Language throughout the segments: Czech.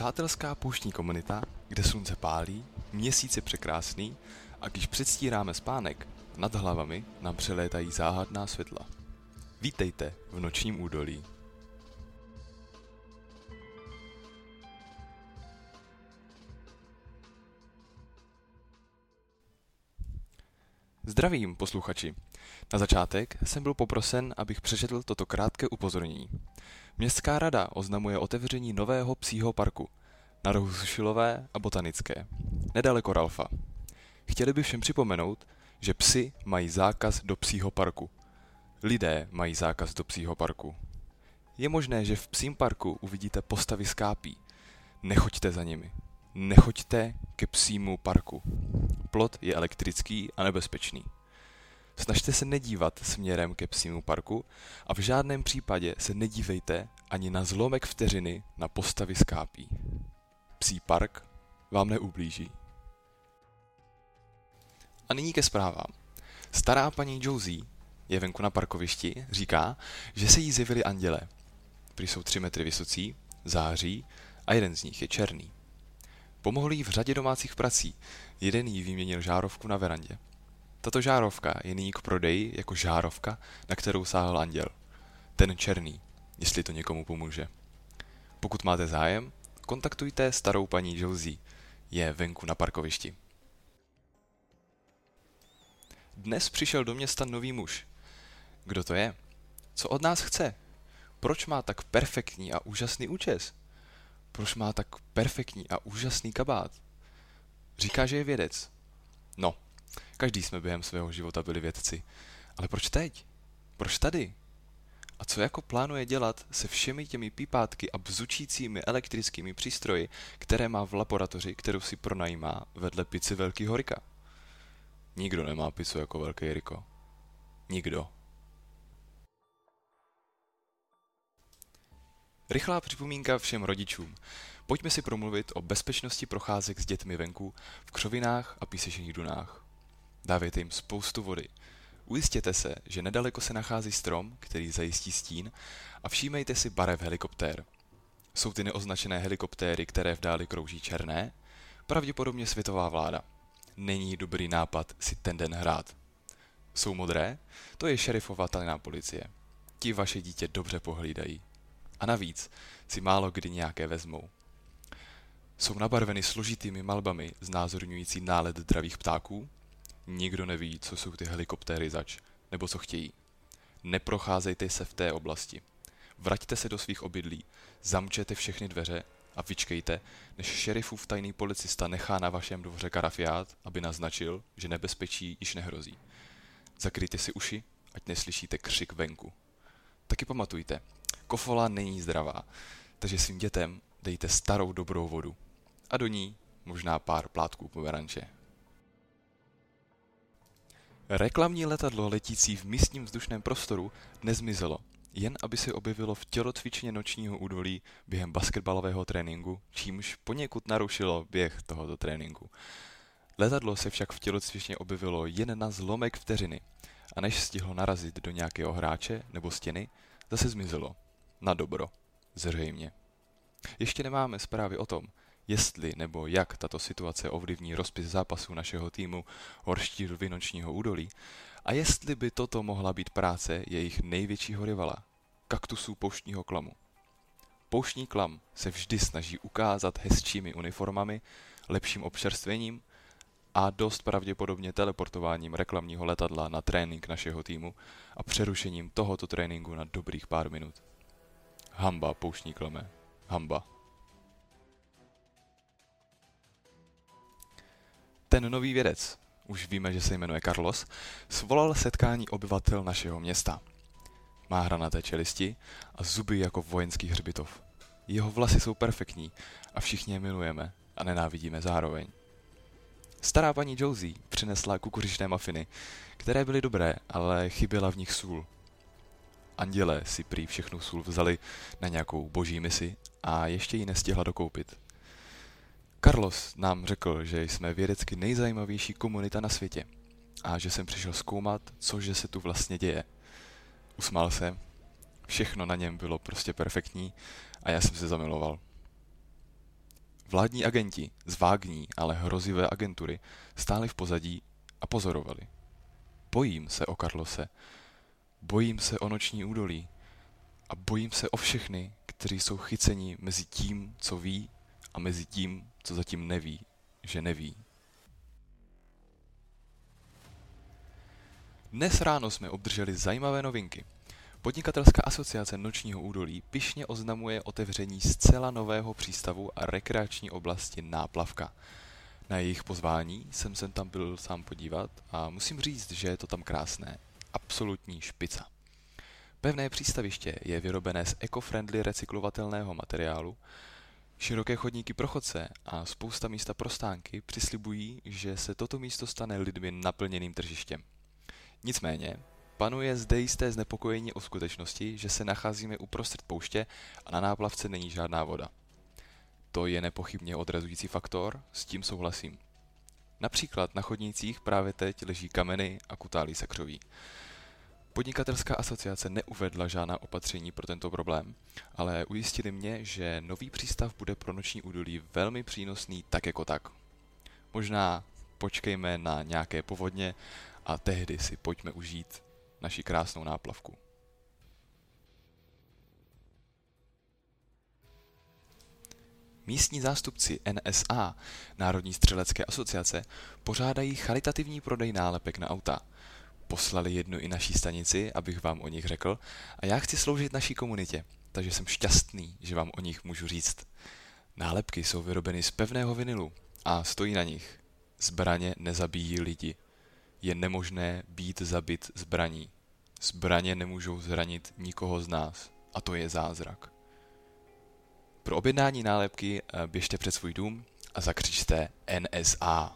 přátelská pouštní komunita, kde slunce pálí, měsíc je překrásný a když předstíráme spánek, nad hlavami nám přelétají záhadná světla. Vítejte v Nočním údolí. Zdravím, posluchači. Na začátek jsem byl poprosen, abych přečetl toto krátké upozornění. Městská rada oznamuje otevření nového psího parku na rohu Sušilové a Botanické, nedaleko Ralfa. Chtěli by všem připomenout, že psi mají zákaz do psího parku. Lidé mají zákaz do psího parku. Je možné, že v psím parku uvidíte postavy z kápí. Nechoďte za nimi. Nechoďte ke psímu parku. Plot je elektrický a nebezpečný. Snažte se nedívat směrem ke psímu parku a v žádném případě se nedívejte ani na zlomek vteřiny na postavy z kápí. Psí park vám neublíží. A nyní ke zprávám. Stará paní Josie je venku na parkovišti, říká, že se jí zjevili andělé. Prý jsou 3 metry vysocí, září a jeden z nich je černý. Pomohli jí v řadě domácích prací, jeden jí vyměnil žárovku na verandě. Tato žárovka je nyní k prodeji jako žárovka, na kterou sáhl anděl. Ten černý, jestli to někomu pomůže. Pokud máte zájem, kontaktujte starou paní Josie, je venku na parkovišti. Dnes přišel do města nový muž. Kdo to je? Co od nás chce? Proč má tak perfektní a úžasný účes? Proč má tak perfektní a úžasný kabát? Říká, že je vědec. No, každý jsme během svého života byli vědci. Ale proč teď? Proč tady? A co jako plánuje dělat se všemi těmi pípátky a bzučícími elektrickými přístroji, které má v laboratoři, kterou si pronajímá vedle pizzy Velkýho Rika? Nikdo nemá pizzu jako Velký Riko. Nikdo. Rychlá připomínka všem rodičům. Pojďme si promluvit o bezpečnosti procházek s dětmi venku v křovinách a písečných dunách. Dávejte jim spoustu vody. Ujistěte se, že nedaleko se nachází strom, který zajistí stín, a všímejte si barev helikoptér. Jsou ty neoznačené helikoptéry, které v dáli krouží černé? Pravděpodobně světová vláda. Není dobrý nápad si ten den hrát. Jsou modré? To je šerifova tajná policie. Ti vaše dítě dobře pohlídají. A navíc si málo kdy nějaké vezmou. Jsou nabarveny složitými malbami znázorňující nálet dravých ptáků? Nikdo neví, co jsou ty helikoptéry zač, nebo co chtějí. Neprocházejte se v té oblasti. Vraťte se do svých obydlí, zamčete všechny dveře a vyčkejte, než šerifův tajný policista nechá na vašem dvoře karafiát, aby naznačil, že nebezpečí již nehrozí. Zakryjte si uši, ať neslyšíte křik venku. Taky pamatujte, kofola není zdravá, takže svým dětem dejte starou dobrou vodu. A do ní možná pár plátků pomeranče. Reklamní letadlo letící v místním vzdušném prostoru nezmizelo, jen aby se objevilo v tělocvičně Nočního údolí během basketbalového tréninku, čímž poněkud narušilo běh tohoto tréninku. Letadlo se však v tělocvičně objevilo jen na zlomek vteřiny a než stihlo narazit do nějakého hráče nebo stěny, zase zmizelo. Na dobro. Zřejmě. Ještě nemáme zprávy o tom, jestli nebo jak tato situace ovlivní rozpis zápasu našeho týmu Horští lvi Nočního údolí a jestli by toto mohla být práce jejich největšího rivala, kaktusů pouštního klamu. Pouštní klam se vždy snaží ukázat hezčími uniformami, lepším občerstvením a dost pravděpodobně teleportováním reklamního letadla na trénink našeho týmu a přerušením tohoto tréninku na dobrých pár minut. Hamba, pouštní klame. Hamba. Ten nový vědec, už víme, že se jmenuje Carlos, svolal setkání obyvatel našeho města. Má hranaté čelisti a zuby jako vojenský hřbitov. Jeho vlasy jsou perfektní a všichni je milujeme a nenávidíme zároveň. Stará paní Josie přinesla kukuřičné mafiny, které byly dobré, ale chyběla v nich sůl. Andělé si prý všechnu sůl vzali na nějakou boží misi a ještě ji nestihla dokoupit. Carlos nám řekl, že jsme vědecky nejzajímavější komunita na světě a že jsem přišel zkoumat, cože se tu vlastně děje. Usmál se, všechno na něm bylo prostě perfektní a já jsem se zamiloval. Vládní agenti z vágní, ale hrozivé agentury stáli v pozadí a pozorovali. Bojím se o Carlose, bojím se o noční údolí a bojím se o všechny, kteří jsou chyceni mezi tím, co ví, a mezi tím, co zatím neví, že neví. Dnes ráno jsme obdrželi zajímavé novinky. Podnikatelská asociace Nočního údolí pyšně oznamuje otevření zcela nového přístavu a rekreační oblasti Náplavka. Na jejich pozvání jsem se tam byl sám podívat a musím říct, že je to tam krásné. Absolutní špica. Pevné přístaviště je vyrobené z eco-friendly recyklovatelného materiálu, široké chodníky pro chodce a spousta místa pro stánky přislibují, že se toto místo stane lidmi naplněným tržištěm. Nicméně, panuje zde jisté znepokojení o skutečnosti, že se nacházíme uprostřed pouště a na náplavce není žádná voda. To je nepochybně odrazující faktor, s tím souhlasím. Například na chodnících právě teď leží kameny a kutálí se křoví. Podnikatelská asociace neuvedla žádná opatření pro tento problém, ale ujistili mě, že nový přístav bude pro Noční údolí velmi přínosný tak jako tak. Možná počkejme na nějaké povodně a tehdy si pojďme užít naši krásnou náplavku. Místní zástupci NSA, Národní střelecké asociace, pořádají charitativní prodej nálepek na auta. Poslali jednu i naší stanici, abych vám o nich řekl, a já chci sloužit naší komunitě, takže jsem šťastný, že vám o nich můžu říct. Nálepky jsou vyrobeny z pevného vinilu a stojí na nich: Zbraně nezabíjí lidi. Je nemožné být zabit zbraní. Zbraně nemůžou zranit nikoho z nás. A to je zázrak. Pro objednání nálepky běžte před svůj dům a zakřičte NSA.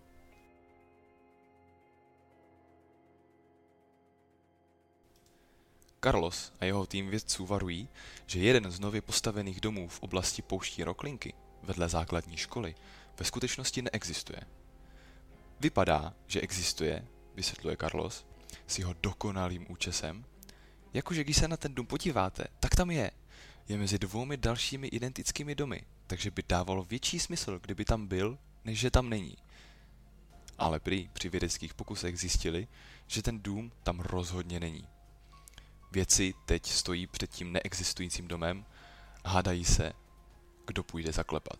Carlos a jeho tým vědců varují, že jeden z nově postavených domů v oblasti pouští Roklinky vedle základní školy ve skutečnosti neexistuje. Vypadá, že existuje, vysvětluje Carlos, s jeho dokonalým účesem, jakože když se na ten dům podíváte, tak tam je. Je mezi dvoumi dalšími identickými domy, takže by dávalo větší smysl, kdyby tam byl, než že tam není. Ale prý při vědeckých pokusech zjistili, že ten dům tam rozhodně není. Vědci teď stojí před tím neexistujícím domem a hádají se, kdo půjde zaklepat.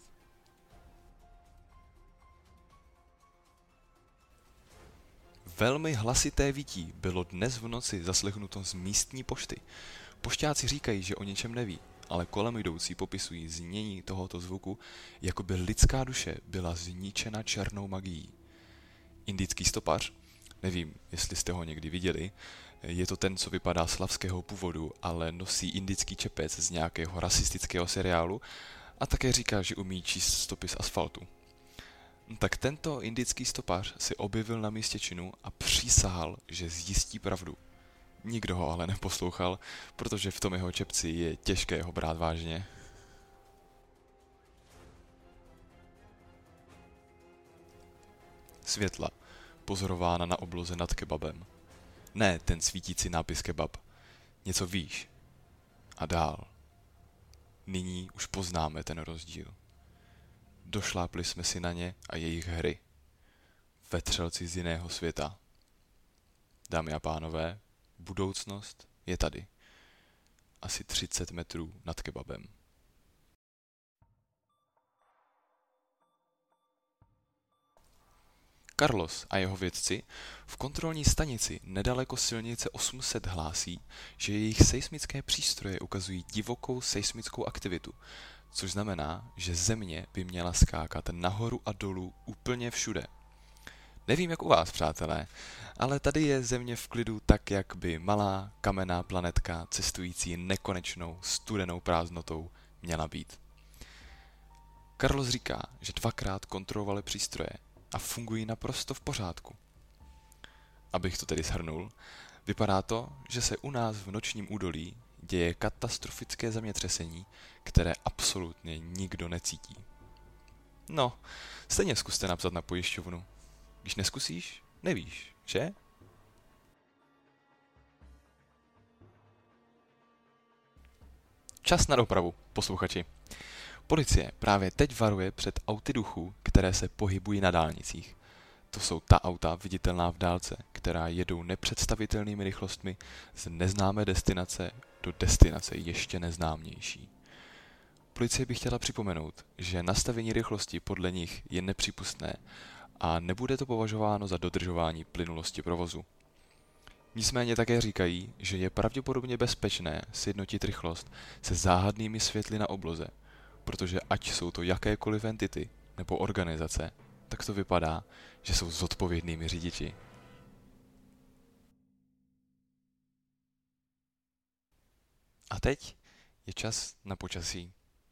Velmi hlasité výtí bylo dnes v noci zaslechnuto z místní pošty. Pošťáci říkají, že o něčem neví, ale kolem jdoucí popisují znění tohoto zvuku, jako by lidská duše byla zničena černou magií. Indický stopař, nevím, jestli jste ho někdy viděli, je to ten, co vypadá slavského původu, ale nosí indický čepec z nějakého rasistického seriálu a také říká, že umí číst stopy z asfaltu. Tak tento indický stopař si objevil na místě činu a přísahal, že zjistí pravdu. Nikdo ho ale neposlouchal, protože v tom jeho čepci je těžké ho brát vážně. Světla, pozorována na obloze nad kebabem. Ne ten svítící nápis kebab. Něco výš. A dál. Nyní už poznáme ten rozdíl. Došlápli jsme si na ně a jejich hry. Vetřelci z jiného světa. Dámy a pánové, budoucnost je tady. Asi 30 metrů nad kebabem. Carlos a jeho vědci v kontrolní stanici nedaleko silnice 800 hlásí, že jejich seismické přístroje ukazují divokou seismickou aktivitu, což znamená, že Země by měla skákat nahoru a dolů úplně všude. Nevím jak u vás, přátelé, ale tady je Země v klidu tak, jak by malá kamenná planetka cestující nekonečnou studenou prázdnotou měla být. Carlos říká, že 2krát kontrolovali přístroje a fungují naprosto v pořádku. Abych to tedy shrnul, vypadá to, že se u nás v Nočním údolí děje katastrofické zemětřesení, které absolutně nikdo necítí. No, stejně zkuste napsat na pojišťovnu. Když neskusíš, nevíš, že? Čas na dopravu, posluchači. Policie právě teď varuje před auty duchů, které se pohybují na dálnicích. To jsou ta auta viditelná v dálce, která jedou nepředstavitelnými rychlostmi z neznámé destinace do destinace ještě neznámější. Policie by chtěla připomenout, že nastavení rychlosti podle nich je nepřípustné a nebude to považováno za dodržování plynulosti provozu. Nicméně také říkají, že je pravděpodobně bezpečné sjednotit rychlost se záhadnými světly na obloze, protože ať jsou to jakékoliv entity nebo organizace, tak to vypadá, že jsou zodpovědnými řidiči. A teď je čas na počasí.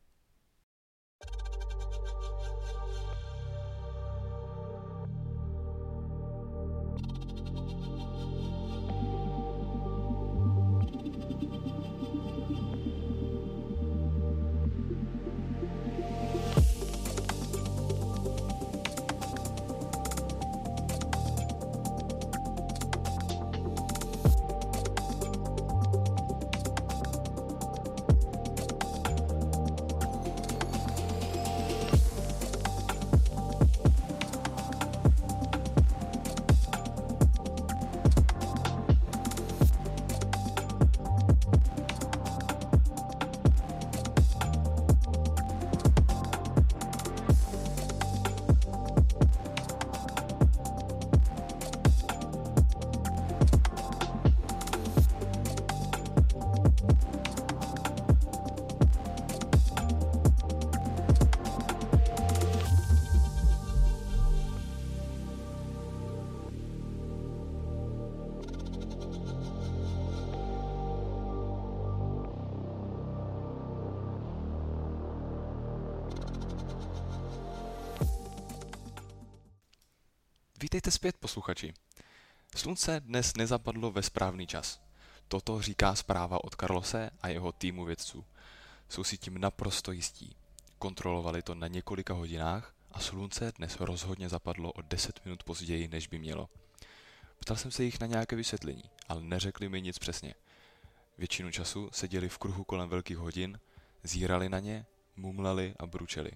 Vítejte zpět, posluchači. Slunce dnes nezapadlo ve správný čas. Toto říká zpráva od Carlose a jeho týmu vědců. Jsou si tím naprosto jistí. Kontrolovali to na několika hodinách a slunce dnes rozhodně zapadlo o 10 minut později, než by mělo. Ptal jsem se jich na nějaké vysvětlení, ale neřekli mi nic přesně. Většinu času seděli v kruhu kolem velkých hodin, zírali na ně, mumlali a bručeli.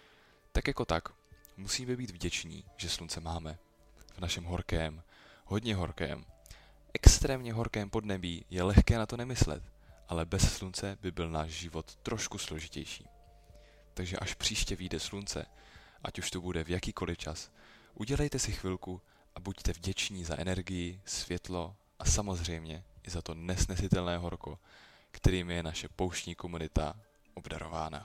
Tak jako tak, musíme být vděční, že slunce máme. V našem horkém, hodně horkém, extrémně horkém podnebí je lehké na to nemyslet, ale bez slunce by byl náš život trošku složitější. Takže až příště vyjde slunce, ať už to bude v jakýkoliv čas, udělejte si chvilku a buďte vděční za energii, světlo a samozřejmě i za to nesnesitelné horko, kterým je naše pouštní komunita obdarována.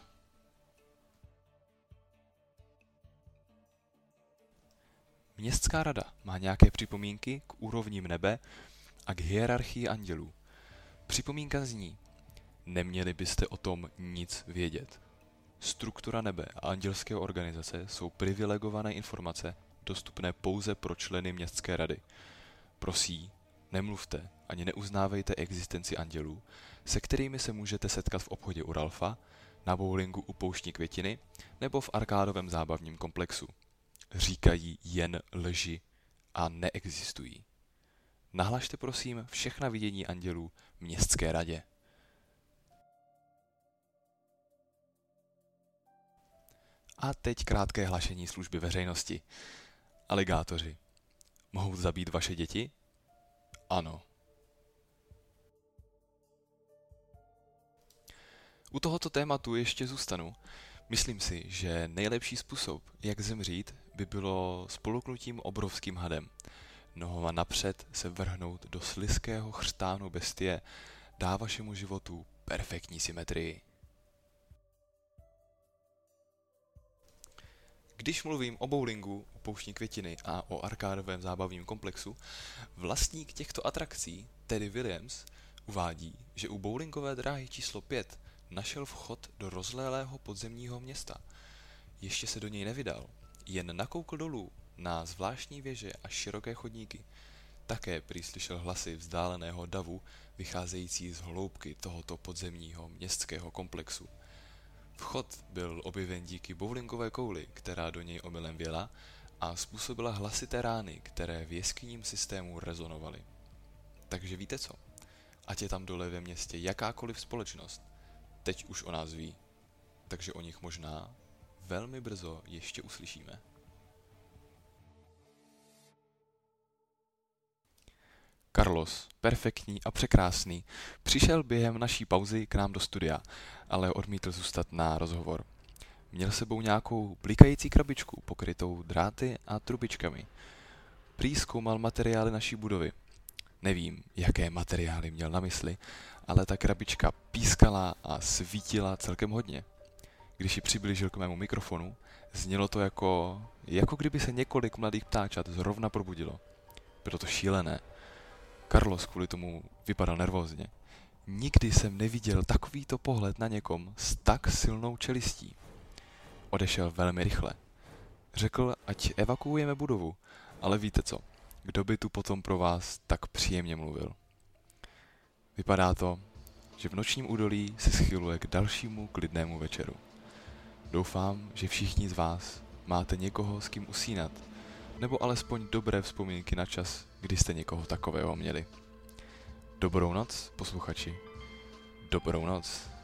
Městská rada má nějaké připomínky k úrovním nebe a k hierarchii andělů. Připomínka zní: neměli byste o tom nic vědět. Struktura nebe a andělské organizace jsou privilegované informace dostupné pouze pro členy městské rady. Prosím, nemluvte ani neuznávejte existenci andělů, se kterými se můžete setkat v obchodě u Ralfa, na bowlingu u Pouštní Květiny nebo v arkádovém zábavním komplexu. Říkají jen lži a neexistují. Nahlašte prosím všechna vidění andělů městské radě. A teď krátké hlášení služby veřejnosti. Aligátoři. Mohou zabít vaše děti? Ano. U tohoto tématu ještě zůstanu. Myslím si, že nejlepší způsob, jak zemřít, by bylo spolknutím obrovským hadem. Nohama napřed se vrhnout do slizkého chřtánu bestie dá vašemu životu perfektní symetrii. Když mluvím o bowlingu, o Pouštní Květiny a o arkádovém zábavním komplexu, vlastník těchto atrakcí, Teddy Williams, uvádí, že u bowlingové dráhy číslo 5 našel vchod do rozlélého podzemního města. Ještě se do něj nevydal, jen nakoukl dolů na zvláštní věže a široké chodníky. Také prý slyšel hlasy vzdáleného davu vycházející z hloubky tohoto podzemního městského komplexu. Vchod byl objeven díky bowlingové kouli, která do něj omylem vjela a způsobila hlasité rány, které v jeskyním systému rezonovaly. Takže víte co? Ať je tam dole ve městě jakákoliv společnost, teď už o nás ví. takže o nich možná velmi brzo ještě uslyšíme. Carlos, perfektní a překrásný, přišel během naší pauzy k nám do studia, ale odmítl zůstat na rozhovor. Měl sebou nějakou blikající krabičku pokrytou dráty a trubičkami. Prý zkoumal materiály naší budovy. Nevím, jaké materiály měl na mysli, ale ta krabička pískala a svítila celkem hodně. Když ji přiblížil k mému mikrofonu, znělo to jako kdyby se několik mladých ptáčat zrovna probudilo. Bylo to šílené. Carlos kvůli tomu vypadal nervózně. Nikdy jsem neviděl takovýto pohled na někom s tak silnou čelistí. Odešel velmi rychle. Řekl, ať evakuujeme budovu, ale víte co, kdo by tu potom pro vás tak příjemně mluvil. Vypadá to, že v nočním údolí se schyluje k dalšímu klidnému večeru. Doufám, že všichni z vás máte někoho, s kým usínat, nebo alespoň dobré vzpomínky na čas, kdy jste někoho takového měli. Dobrou noc, posluchači. Dobrou noc.